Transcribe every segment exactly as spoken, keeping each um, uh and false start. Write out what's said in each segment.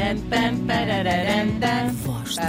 Voz de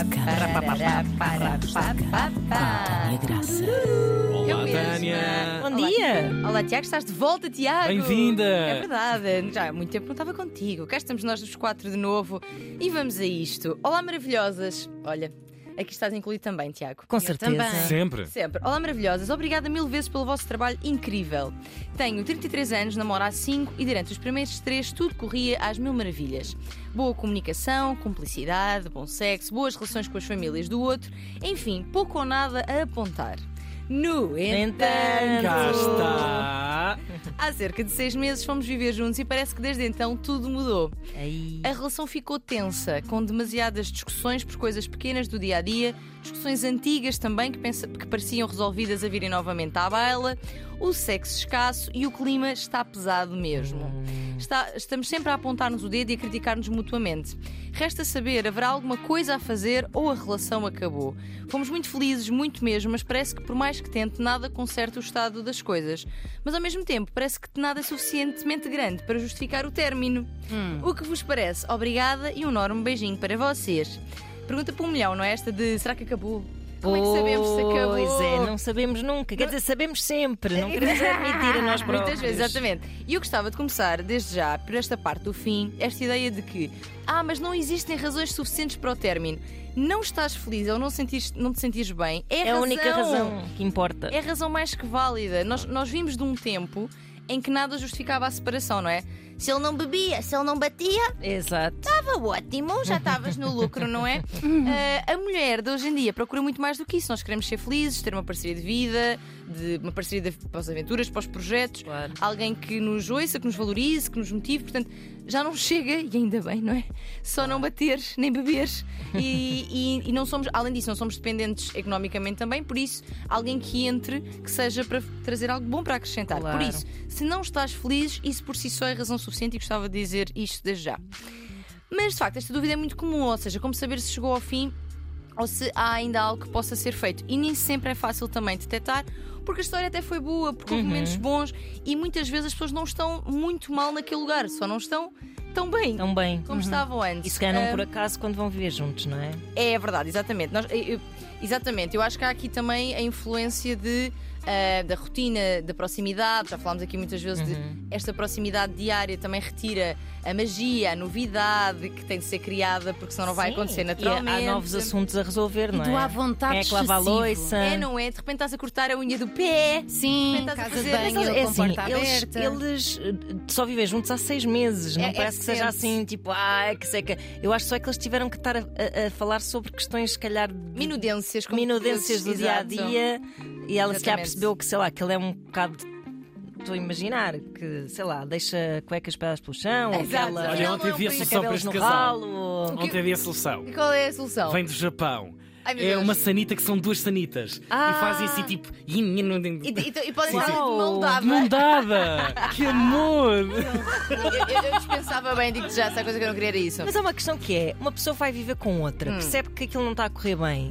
Tânia Graça. Olá, Eu mesma. Tânia. Bom Olá. dia. Olá, Tiago, estás de volta, Tiago. Bem-vinda. É verdade, já há muito tempo não estava contigo. Cá estamos nós os quatro de novo e vamos a isto. Olá, maravilhosas. Olha, aqui estás incluído também, Tiago. Com Eu certeza. também. Sempre. Sempre. Olá, maravilhosas. Obrigada mil vezes pelo vosso trabalho incrível. Tenho trinta e três anos, namoro há cinco e durante os primeiros três tudo corria às mil maravilhas. Boa comunicação, cumplicidade, bom sexo, boas relações com as famílias do outro. Enfim, pouco ou nada a apontar. No entanto, Cá está. há cerca de seis meses fomos viver juntos e parece que desde então tudo mudou. Aí. A relação ficou tensa, com demasiadas discussões por coisas pequenas do dia a dia, discussões antigas também que, pensa, que pareciam resolvidas a virem novamente à baila, o sexo escasso e o clima está pesado mesmo. Está- estamos sempre a apontar-nos o dedo e a criticar-nos mutuamente. Resta saber, haverá alguma coisa a fazer ou a relação acabou? Fomos muito felizes, muito mesmo, mas parece que por mais que tente, nada conserta o estado das coisas. Mas ao mesmo tempo, parece que nada é suficientemente grande para justificar o término. O que vos parece? Obrigada e um enorme beijinho para vocês. Pergunta para um milhão, não é esta de será que acabou? Como é que sabemos se acabou? Pois é, não sabemos nunca. Quer dizer, sabemos sempre. Não queremos admitir a nós próprios. Muitas vezes, exatamente. E eu gostava de começar, desde já, por esta parte do fim, esta ideia de que ah, mas não existem razões suficientes para o término. Não estás feliz ou não, sentires, não te sentires bem. É a, É a razão. única razão que importa. É a razão mais que válida. Nós, nós vimos de um tempo em que nada justificava a separação, não é? Se ele não bebia, se ele não batia, Exato. estava ótimo, já estavas no lucro, não é? Ah, a mulher de hoje em dia procura muito mais do que isso. Nós queremos ser felizes, ter uma parceria de vida, de, uma parceria de, para as aventuras, para os projetos, Claro. alguém que nos ouça, que nos valorize, que nos motive. Portanto, já não chega, e ainda bem, não é? Só não bater, nem beber. E, e- e não somos, além disso, não somos dependentes economicamente também, por isso, alguém que entre, que seja para trazer algo bom para acrescentar. Claro. Por isso, se não estás feliz, isso por si só é razão suficiente e gostava de dizer isto desde já. Mas de facto, esta dúvida é muito comum, ou seja, como saber se chegou ao fim ou se há ainda algo que possa ser feito. E nem sempre é fácil também detectar, porque a história até foi boa, porque houve momentos bons e muitas vezes as pessoas não estão muito mal naquele lugar, só não estão tão bem Tão bem. como estavam antes. E se calhar não Ah, por acaso quando vão viver juntos, não é? é verdade, exatamente. Nós, eu- eu- exatamente, eu acho que há aqui também a influência de, ah, da rotina, da proximidade. Já falámos aqui muitas vezes de esta proximidade diária também retira a magia, a novidade que tem de ser criada, porque senão não vai Sim, acontecer e naturalmente. há novos assuntos a resolver, não é? do à vontade Quem é que lava a excessivo. louça? É, não é? De repente estás a cortar a unha do pé. Sim, Estás a casa fazer- de banho, Mas, ele É com assim, porta eles, aberta. eles eh, só vivem juntos há seis meses. Não É- é parece que seja recente. assim, tipo, ai, que seca. Eu acho só que eles tiveram que estar a, a- a falar sobre questões, se calhar, de Minudências, como minudências do dia a Exato. dia. E ela se calhar Exatamente. percebeu que, sei lá, que ele é um bocado. Estou a imaginar que, sei lá, deixa cuecas espalhadas pelo chão, ou que Exato. ela Olha, Olha, não ontem é um havia país- solução para cabelos este no casal. ralo. Ontem havia solução. E qual é a solução? Vem do Japão. Ai, meu É Deus. uma sanita que são duas sanitas. Ah. E fazem assim tipo. E, e, e podem Sim, estar sim. de mão dada. Mão dada! Que amor! Eu, eu, eu dispensava bem, digo já, essa coisa que eu não queria era isso. Mas há uma questão que é: uma pessoa vai viver com outra, percebe que aquilo não está a correr bem.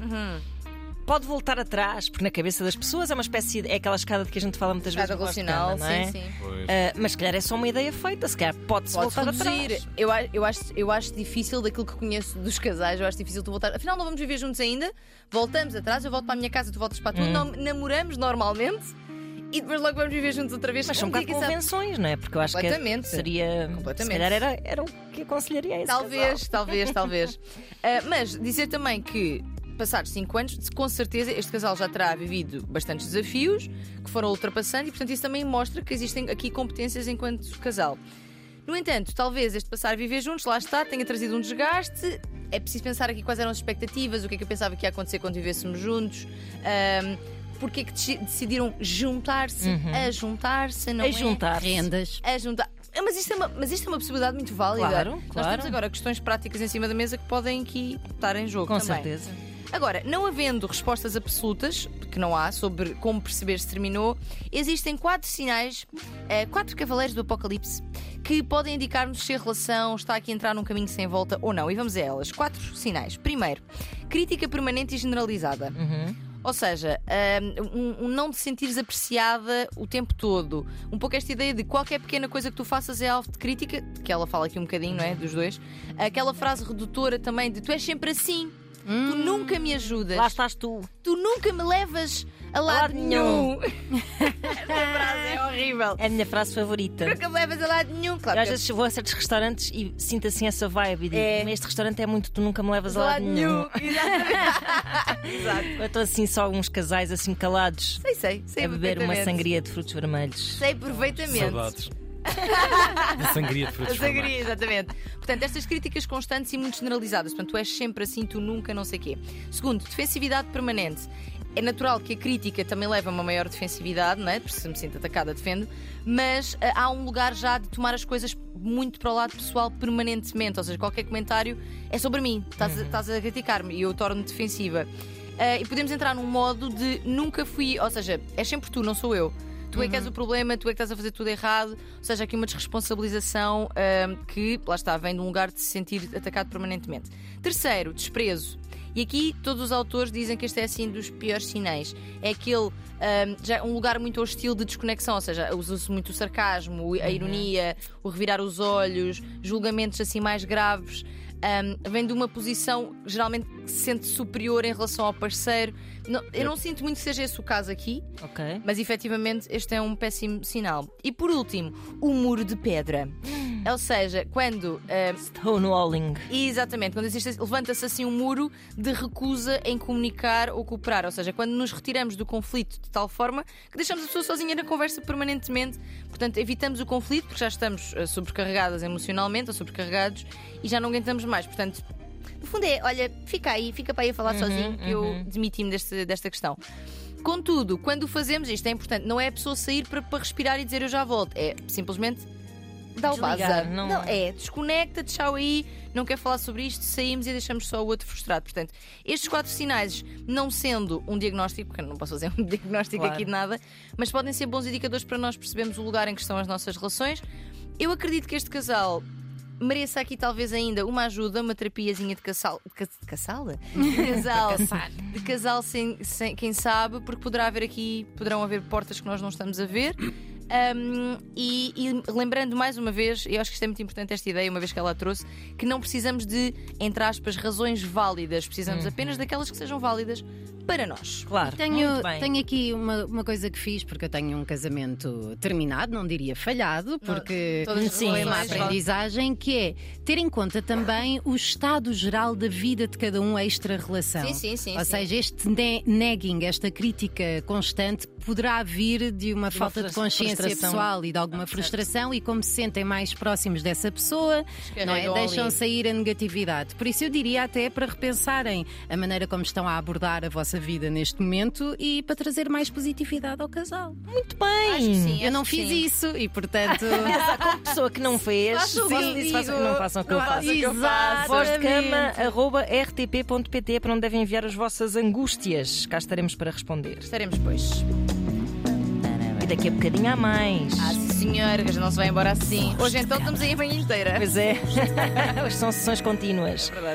Pode voltar atrás, porque na cabeça das pessoas é uma espécie de. É aquela escada de que a gente fala muitas vezes. Escada no voz de relacional, cama, não é? sim, sim. Pois. Ah, mas se calhar é só uma ideia feita, se calhar pode-se Pode-se voltar reduzir. atrás. Eu, a- eu, acho, eu acho difícil, daquilo que conheço dos casais, eu acho difícil tu voltar. Afinal, não vamos viver juntos ainda. Voltamos atrás, eu volto para a minha casa, tu voltas para a tua. Hum. Nam- namoramos normalmente e depois logo vamos viver juntos outra vez. Mas são um Um dia, bocado quem sabe? convenções, não é? Porque eu acho que Completamente. seria. Completamente. Se calhar era, era o que aconselharia a esse Talvez, casal. talvez, talvez. Ah, mas dizer também que, passados cinco anos, com certeza este casal já terá vivido bastantes desafios que foram ultrapassando e, portanto, isso também mostra que existem aqui competências enquanto casal. No entanto, talvez este passar a viver juntos, lá está, tenha trazido um desgaste. É preciso pensar aqui quais eram as expectativas, o que é que eu pensava que ia acontecer quando vivêssemos juntos. Ahm, porque é que deci- decidiram juntar-se, a juntar-se, não A é? juntar rendas. A juntar. Ah, Mas isto, é uma, mas isto é uma possibilidade muito válida. Claro, Nós claro. temos agora questões práticas em cima da mesa que podem aqui estar em jogo Com também. certeza. Agora, não havendo respostas absolutas, que não há, sobre como perceber se terminou, existem quatro sinais, eh, quatro cavaleiros do apocalipse, que podem indicar-nos se a relação está aqui a entrar num caminho sem volta ou não. E vamos a elas. Quatro sinais. Primeiro, crítica permanente e generalizada. Ou seja, um, um não te sentires apreciada o tempo todo. Um pouco esta ideia de qualquer pequena coisa que tu faças é alvo de crítica, que ela fala aqui um bocadinho, não é? Dos dois. Aquela frase redutora também de tu és sempre assim. Hum. Tu nunca me ajudas. Lá estás tu. Tu nunca me levas a lado, lado nenhum. Esta frase é horrível. É a minha frase favorita. Nunca me levas a lado nenhum, claro. Eu às vezes vou a certos restaurantes e sinto assim essa vibe e digo, é. este restaurante é muito, tu nunca me levas a lado, lado nenhum. Exatamente. Exato. Eu estou assim só uns casais assim calados. Sei, sei, sei. A beber uma sangria de frutos vermelhos. Sei perfeitamente. Saudades. A sangria de frutos A sangria, exatamente. Portanto, estas críticas constantes e muito generalizadas. Portanto, tu és sempre assim, tu nunca, não sei quê. Segundo, defensividade permanente. É natural que a crítica também leve a uma maior defensividade, não é? Porque se me sinto atacada, defendo. Mas uh, há um lugar já de tomar as coisas muito para o lado pessoal permanentemente. Ou seja, qualquer comentário é sobre mim. Estás, uhum. estás a criticar-me e eu torno-me defensiva. Uh, e podemos entrar num modo de nunca fui. Ou seja, é sempre tu, não sou eu. Tu é que és o problema, tu é que estás a fazer tudo errado. Ou seja, aqui uma desresponsabilização uh, que, lá está, vem de um lugar de se sentir atacado permanentemente. Terceiro, desprezo. E aqui todos os autores dizem que este é assim dos piores sinais. É aquele um, já um lugar muito hostil de desconexão, ou seja, usa-se muito o sarcasmo, a ironia, o revirar os olhos, julgamentos assim mais graves. Um, vem de uma posição geralmente que se sente superior em relação ao parceiro. Não, eu não sinto muito que seja esse o caso aqui, okay. Mas efetivamente este é um péssimo sinal. E por último, o muro de pedra. Ou seja, quando uh, stonewalling. Exatamente, quando existe, levanta-se assim um muro de recusa em comunicar ou cooperar. Ou seja, quando nos retiramos do conflito de tal forma que deixamos a pessoa sozinha na conversa permanentemente. Portanto, evitamos o conflito porque já estamos uh, sobrecarregadas emocionalmente ou sobrecarregados e já não aguentamos mais. Portanto, no fundo é, olha, fica aí, fica para aí a falar uhum, sozinho que uhum. eu demiti-me deste, desta questão. Contudo, quando fazemos isto é importante, não é a pessoa sair para, para respirar e dizer eu já volto, é simplesmente dá o vaza. Não... não, é, desconecta, tchau aí, não quer falar sobre isto, saímos e deixamos só o outro frustrado. Portanto, estes quatro sinais, não sendo um diagnóstico, porque eu não posso fazer um diagnóstico claro. Aqui de nada, mas podem ser bons indicadores para nós percebermos o lugar em que estão as nossas relações. Eu acredito que este casal mereça aqui talvez ainda uma ajuda, uma terapiazinha de casal. De casal? De casal. De casal sem, sem, quem sabe, porque poderá haver aqui, poderão haver portas que nós não estamos a ver. Um, e, e lembrando mais uma vez, eu acho que isto é muito importante, esta ideia, uma vez que ela a trouxe, que não precisamos de, entre aspas, razões válidas, precisamos uhum. apenas daquelas que sejam válidas para nós. Claro. Tenho, tenho aqui uma, uma coisa que fiz, porque eu tenho um casamento terminado, não diria falhado, porque não, sim, foi uma aprendizagem, que é ter em conta também o estado geral da vida de cada um extra-relação. Sim, sim, sim. Ou sim. seja, este ne- nagging, esta crítica constante, poderá vir de uma de falta uma de consciência pessoal e de alguma ah, frustração, e como se sentem mais próximos dessa pessoa, não é? Deixam ali. Sair a negatividade. Por isso eu diria até para repensarem a maneira como estão a abordar a vossa vida neste momento e para trazer mais positividade ao casal. Muito bem! Acho que sim, eu não que fiz sim. isso e portanto. Como pessoa que não fez, faço sim, disse, façam, não façam o que eu faço. Exatamente. Voz de cama arroba r t p ponto p t para onde devem enviar as vossas angústias. Cá estaremos para responder. Estaremos depois. E daqui a bocadinho há mais. Ah, sim, senhor, que já não se vai embora assim. Hoje então estamos aí a manhã inteira. Pois é. Hoje são sessões contínuas. Verdade.